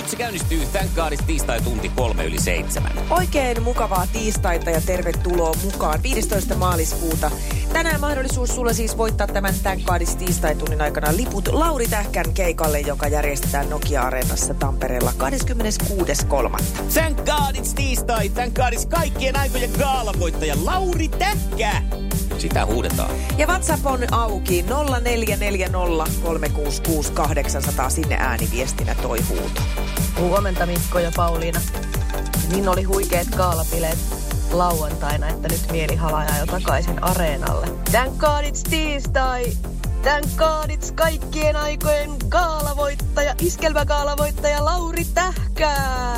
nyt se käynnistyy. Thank God It's tiistai tunti 6:03. Oikein mukavaa tiistaita ja tervetuloa mukaan 15. maaliskuuta. Tänään mahdollisuus sulla siis voittaa tämän Thank God It's tiistai-tunnin aikana liput Lauri Tähkän keikalle, joka järjestetään Nokia-areenassa Tampereella 26.3. Thank God It's tiistai. Thank God It's kaikkien aikojen gaalavoittaja Lauri Tähkä. Sitä huudetaan. Ja WhatsApp on auki 0440366800. Sinne ääniviestinä toi huuto. Huomenta Mikko ja Pauliina. Niin oli huikeet gaalapileet lauantaina, että nyt mieli halajaa jo takaisin areenalle. Thank God It's tiistai! Thank God It's kaikkien aikojen gaalavoittaja, iskelmägaalavoittaja Lauri Tähkä!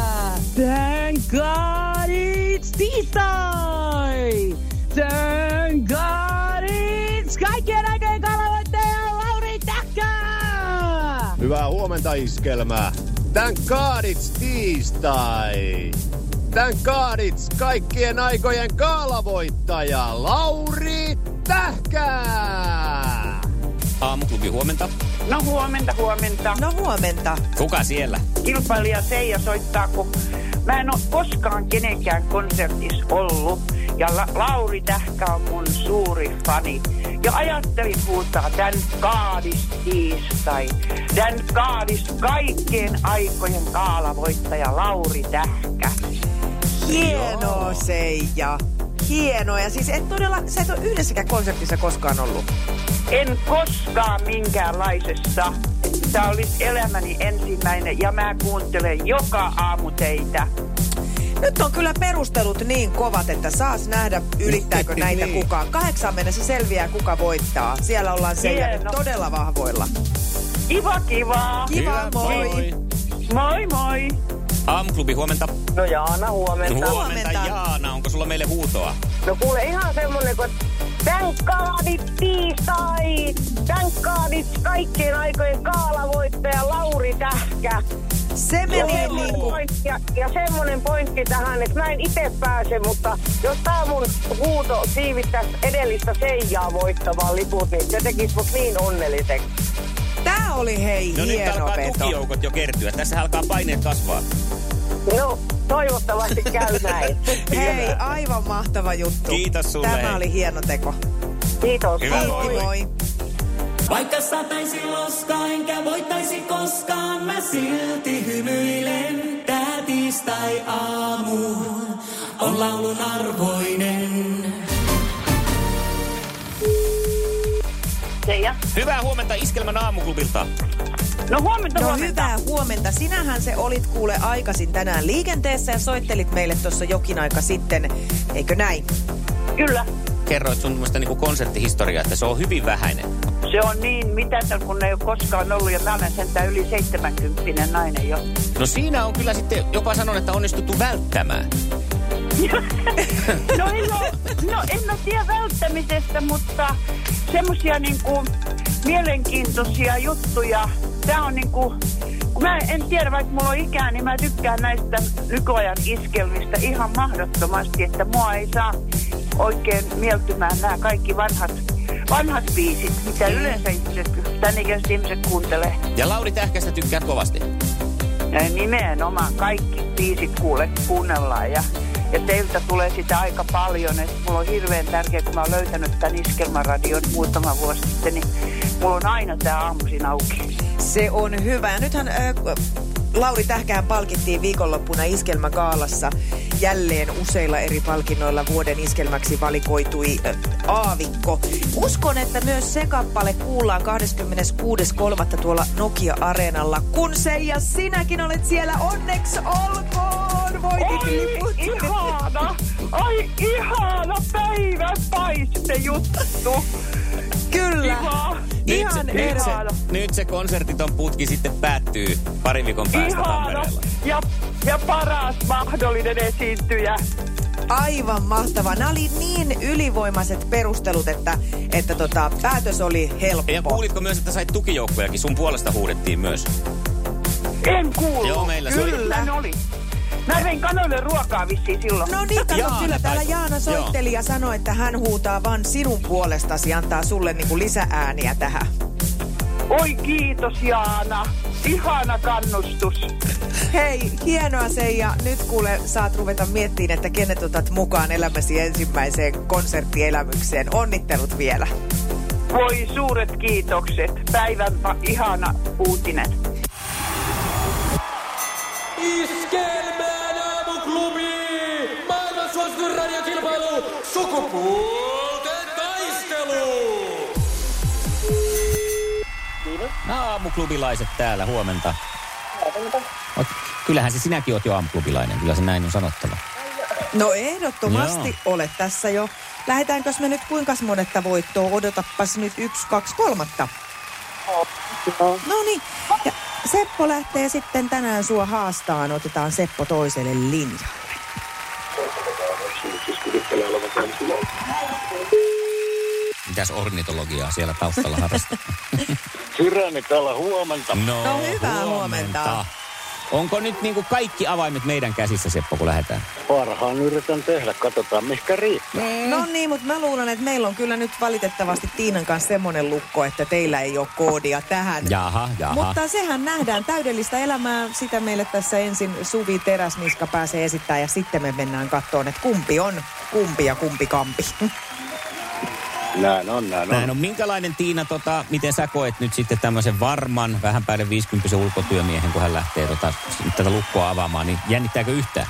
Thank God It's tiistai! Thank God It's kaikkien aikojen gaalavoittaja Lauri Tähkä! Hyvää huomenta iskelmää. Thank God It's tiistai! Thank God It's kaikkien aikojen gaalavoittaja Lauri Tähkä! Aamuklubi, huomenta. No huomenta. No huomenta. Kuka siellä? Kilpailija Seija soittaa, kun mä en ole koskaan kenenkään konsertissa ollut. Ja Lauri Tähkä on mun suuri fani. Ja ajattelin huutaa Thank God It's tiistai. Thank God It's kaikkien aikojen gaalavoittaja Lauri Tähkä. Hienoa, Seija. Hienoa. Ja siis sä et ole yhdessäkään konsertissa koskaan ollut. En koskaan minkäänlaisessa. Tämä olisi elämäni ensimmäinen ja mä kuuntelen joka aamu teitä. Nyt on kyllä perustelut niin kovat, että saas nähdä, ylittääkö näitä kukaan. 8 mennessä selviää, kuka voittaa. Siellä ollaan Seija nyt todella vahvoilla. Kiva. Kiva, moi. Moi. Aamuklubi, huomenta. No Jaana, huomenta. Huomenta Jaana, onko sulla meille huutoa? No kuule ihan semmonen, kun Thank God It's tiistai! Thank God It's kaikkien aikojen gaalavoittaja Lauri Tähkä. Se meni niin kuin... Ja semmonen pointti tähän, että mä en itse pääse, mutta jos tää mun huuto siivittäisi edellistä Seijaa voittavaa liput, niin se tekisi mut niin onnelliseksi. Tää oli hei no hieno nyt alkaa veto. tukijoukot jo kertyä. Tässä alkaa paineet kasvaa. No, toivottavasti käy näin. Hei, aivan mahtava juttu. Kiitos sulle. Tämä oli hieno teko. Kiitos. Hyvä, moi. Vaikka sataisi loskaa enkä voittaisi koskaan, mä silti hymyilen. Tää tiistai aamu on laulun arvoinen. Seija. Hyvää huomenta Iskelmän aamuklubilta. No huomenta. Hyvää huomenta. Sinähän se olit kuule aikaisin tänään liikenteessä ja soittelit meille tuossa jokin aika sitten. Eikö näin? Kyllä. Kerroit sun niinku konserttihistoriaa, että se on hyvin vähäinen. Se on niin mitätön, kun ei ole koskaan ollut, ja mä olen sentään yli 70 nainen jo. No siinä on kyllä sitten jopa sanon, että onnistuttu välttämään. En mä tiedä välttämisestä, mutta semmosia niinku mielenkiintoisia juttuja. Tää on niinku, kun mä en tiedä, vaikka mulla on ikää, niin mä tykkään näistä nykyajan iskelmistä ihan mahdottomasti, että mua ei saa oikein mieltymään nämä kaikki vanhat biisit, mitä yleensä tän ikäiset ihmiset kuuntelee. Ja Lauri Tähkästä tykkäät kovasti? Nimenomaan kaikki biisit kuunnellaan ja teiltä tulee sitä aika paljon. Et mulla on hirveän tärkeää, kun mä oon löytänyt tän Iskelmäradion muutama vuosi sitten, niin mulla on aina tää aamuisin auki. Se on hyvä. Ja nythän Lauri Tähkään palkittiin viikonloppuna Iskelmägaalassa. Jälleen useilla eri palkinnoilla vuoden iskelmäksi valikoitui aavikko. Uskon, että myös se kappale kuullaan 26.3. tuolla Nokia-areenalla. Kun Seija, sinäkin olet siellä, onneksi olkoon! Voitit liput. Ihana päivänpaiste juttu. Kyllä. Ihan nyt se konsertiton putki sitten päättyy parin viikon päästä Tampereella. Ja paras mahdollinen esiintyjä. Aivan mahtavaa. Nämä oli niin ylivoimaiset perustelut, että päätös oli helppo. Ja kuulitko myös, että sait tukijoukkojakin? Sun puolesta huudettiin myös. En kuulu. Joo, meillä Kyllä. Oli. Mä vein kanoille ruokaa vissiin silloin. No niin, kato, kyllä täällä Jaana soitteli ja sanoi, että hän huutaa vaan sinun puolestasi, antaa sulle niinku lisääniä tähän. Oi kiitos Jaana. Ihana kannustus. Hei, hienoa se, ja nyt kuule saat ruveta miettimään, että kenet otat mukaan elämäsi ensimmäiseen konserttielämykseen. Onnittelut vielä. Voi suuret kiitokset. Päivän ihana uutinen. Iskelmään aamuklubi! Maailman suosituin radiokilpailu! Sukupuolten taistelu! Aamuklubilaiset täällä, huomenta. Kyllähän se sinäkin oot jo aamuklubilainen, kyllä se näin on sanottava. No ehdottomasti olet tässä jo. Lähdetäänkös me nyt kuinka monetta voittoa? Odotappas nyt 1, 2, 3. No niin. Ja Seppo lähtee sitten tänään sua haastaan. Otetaan Seppo toiselle linjalle. Mitäs ornitologiaa siellä taustalla harrastaa? Sireni täällä, huomenta. No hyvää huomenta. Onko nyt niinku kaikki avaimet meidän käsissä, Seppo, kun lähdetään? Parhaan yritän tehdä, katsotaan mihinkä riittää. No niin, mutta mä luulen, että meillä on kyllä nyt valitettavasti Tiinan kanssa semmoinen lukko, että teillä ei ole koodia tähän. Jaha. Mutta sehän nähdään täydellistä elämää. Sitä meille tässä ensin Suvi Teräsniska pääsee esittämään ja sitten me mennään kattoon, että kumpi on kumpi ja kumpi kampi. Näin on. Minkälainen Tiina, miten sä koet nyt sitten tämmöisen varman, vähän päälle 50 ulkotyömiehen, kun hän lähtee tätä lukkoa avaamaan, niin jännittääkö yhtään?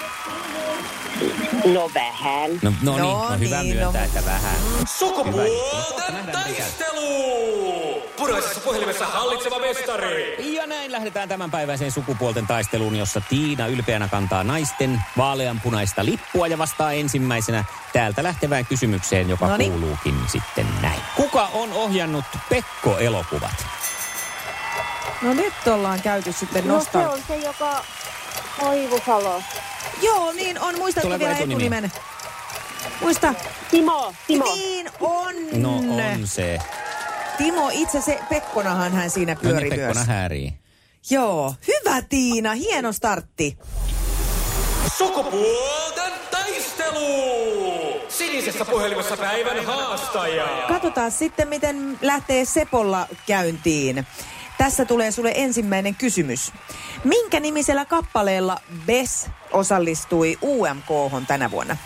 No vähän. No hyvä myöntää, että vähän. Sukupuolten taistelu! Puraisessa puhelimessa hallitseva mestari. Ja näin lähdetään tämänpäiväiseen sukupuolten taisteluun, jossa Tiina ylpeänä kantaa naisten vaaleanpunaista lippua ja vastaa ensimmäisenä täältä lähtevään kysymykseen, joka kuuluukin sitten näin. Kuka on ohjannut Pekko-elokuvat? No nyt ollaan käyty sitten nostaa. No se on se, joka Koivusalo. Joo, niin on. Muistatko vielä etunimen? Muista. Timo. Niin on. No on se. Timo, itse se Pekkonahan hän siinä pyöri myös. Pekkona häärii. Joo, hyvä Tiina, hieno startti. Sukupuolten taistelu! Sinisessä puhelimessa päivän haastaja. Katsotaan sitten, miten lähtee Sepolla käyntiin. Tässä tulee sulle ensimmäinen kysymys. Minkä nimisellä kappaleella Bess osallistui UMK:hon tänä vuonna?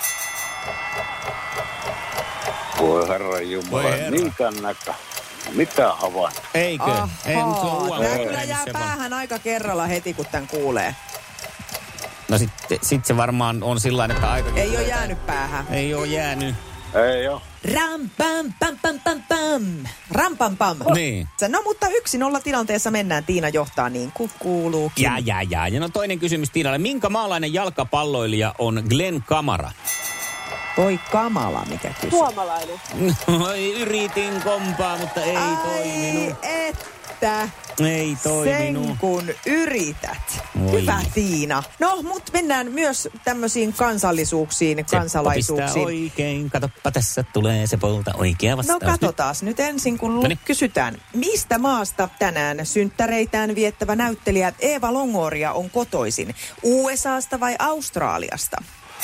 Voi herran jumala, minkään näkö. Mitä havainto? Eikö? Tämä kyllä jää päähän aika kerralla heti, kun tämän kuulee. No sit se varmaan on sillain, että aika... Ei ole jäänyt päähän. Ei ole jäänyt. Ei oo. Ram pam pam pam pam pam. Ram pam pam. Niin. No mutta 1-0 tilanteessa mennään. Tiina johtaa niin kuin kuuluukin. Ja no toinen kysymys Tiinalle. Minkä maalainen jalkapalloilija on Glenn Kamara? Voi kamala, mikä kysy. Suomalainen. Yritin kompaa, mutta ei toiminut. Että. Ei toiminut. Sen kun yrität. Oi. Hyvä Tiina. No, mutta mennään myös tämmöisiin kansallisuuksiin, kansalaisuuksiin. Seppo pistää oikein. Katoppa, tässä tulee Sepolta oikea vastaus. No katsotaas nyt ensin, kun kysytään. Mistä maasta tänään synttäreitään viettävä näyttelijä Eva Longoria on kotoisin? USAsta vai Australiasta?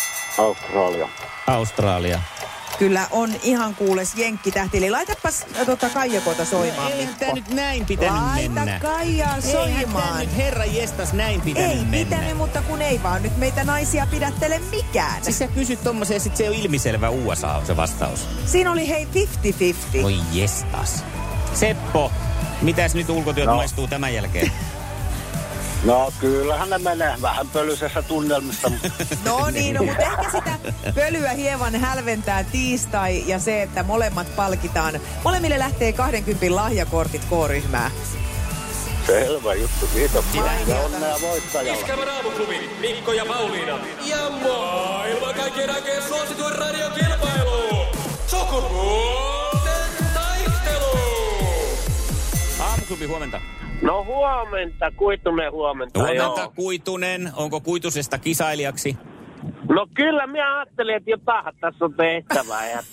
Australia. Kyllä on ihan kuules jenkkitähti. Eli laitapas Kaijakota soimaan, Ei Mikko. tää nyt näin pitänyt mennä. Laita Kaijaa soimaan. Eihän tää nyt herra jestas näin pitänyt Ei mennä. pitänyt, mutta kun ei vaan nyt meitä naisia pidättele mikään. Siis sä kysyt tommosen ja sit se on ilmiselvä USA on se vastaus. Siinä oli hei 50-50. Voi jestas. Seppo, mitäs nyt ulkotyöt maistuu tämän jälkeen? No kyllähän ne menee vähän pölyisessä tunnelmissa. No niin, no, mutta ehkä sitä pölyä hieman hälventää tiistai ja se, että molemmat palkitaan. Molemmille lähtee 20 lahjakortit K-ryhmää. Selvä juttu, kiitoksia. Ja onnea voittajalla. Iskelmän aamuklubi, Mikko ja Pauliina. Ja maailman kaikkien aikeen suosituen radiokilpailu. Sukupuolten taistelu! Aamuklubi, huomenta. No huomenta, Kuitunen huomenta. Huomenta, joo. Kuitunen. Onko Kuitusesta kisailijaksi? No kyllä minä ajattelin, että jotain tässä on tehtävää ja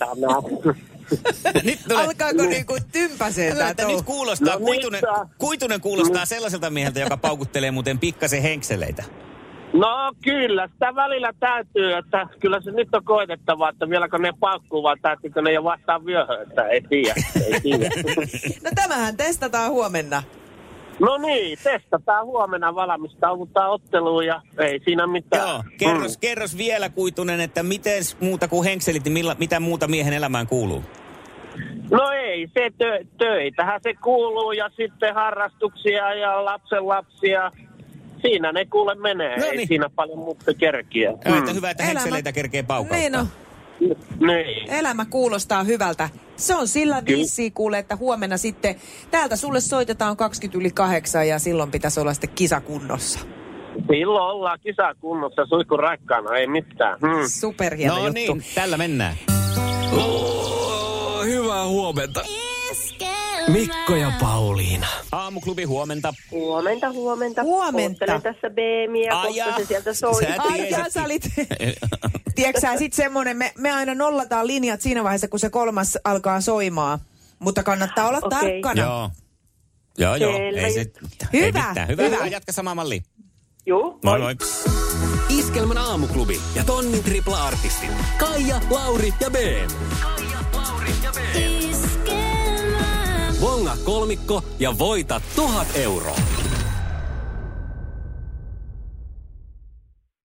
Alkaako niinku tympäsee tää Nyt touhu? kuulostaa, Kuitunen kuulostaa sellaiselta mieheltä, joka paukuttelee muuten pikkasen henkseleitä. No kyllä, sitä välillä täytyy, että kyllä se nyt on koetettava, että vieläkö ne paukkuu, vaan täytyykö ne jo vastaan vyöhön, että ei tiedä. No tämähän testataan huomenna. No niin, testataan huomenna, valmistaudutaan otteluun ja ei siinä mitään. Joo, kerros vielä Kuitunen, että miten muuta kuin henkselit, niin mitä muuta miehen elämään kuuluu? No ei, se töitähän se kuuluu ja sitten harrastuksia ja lapsenlapsia. Siinä ne kuule menee, ei siinä paljon muuta kerkiä. Hyvä, että henkseleitä kerkee paukauttaa. Niin no. Niin. Elämä kuulostaa hyvältä. Se on sillä viisiin kuule, että huomenna sitten täältä sulle soitetaan 7:20 ja silloin pitäisi olla sitten kisakunnossa. Silloin ollaan kisakunnossa, suihkun rakkaana, ei mitään. Superhieno juttu. No niin, tällä mennään. Hyvää huomenta. Mikko ja Pauliina. Aamuklubi, huomenta. Huomenta. Huomenta. Oottelen tässä BMiä, kohta se sieltä soi. Sä olit. Tiedätkö sä sit semmonen, me aina nollataan linjat siinä vaiheessa, kun se kolmas alkaa soimaan. Mutta kannattaa olla tarkkana. Joo. Ei se, hyvä. Hyvä. Jatka samaa malliin. Joo. Moi. Iskelmän aamuklubi ja tonnin tripla-artistit. Kaija, Lauri ja BM. Bonga kolmikko ja voita 1 000 euroa.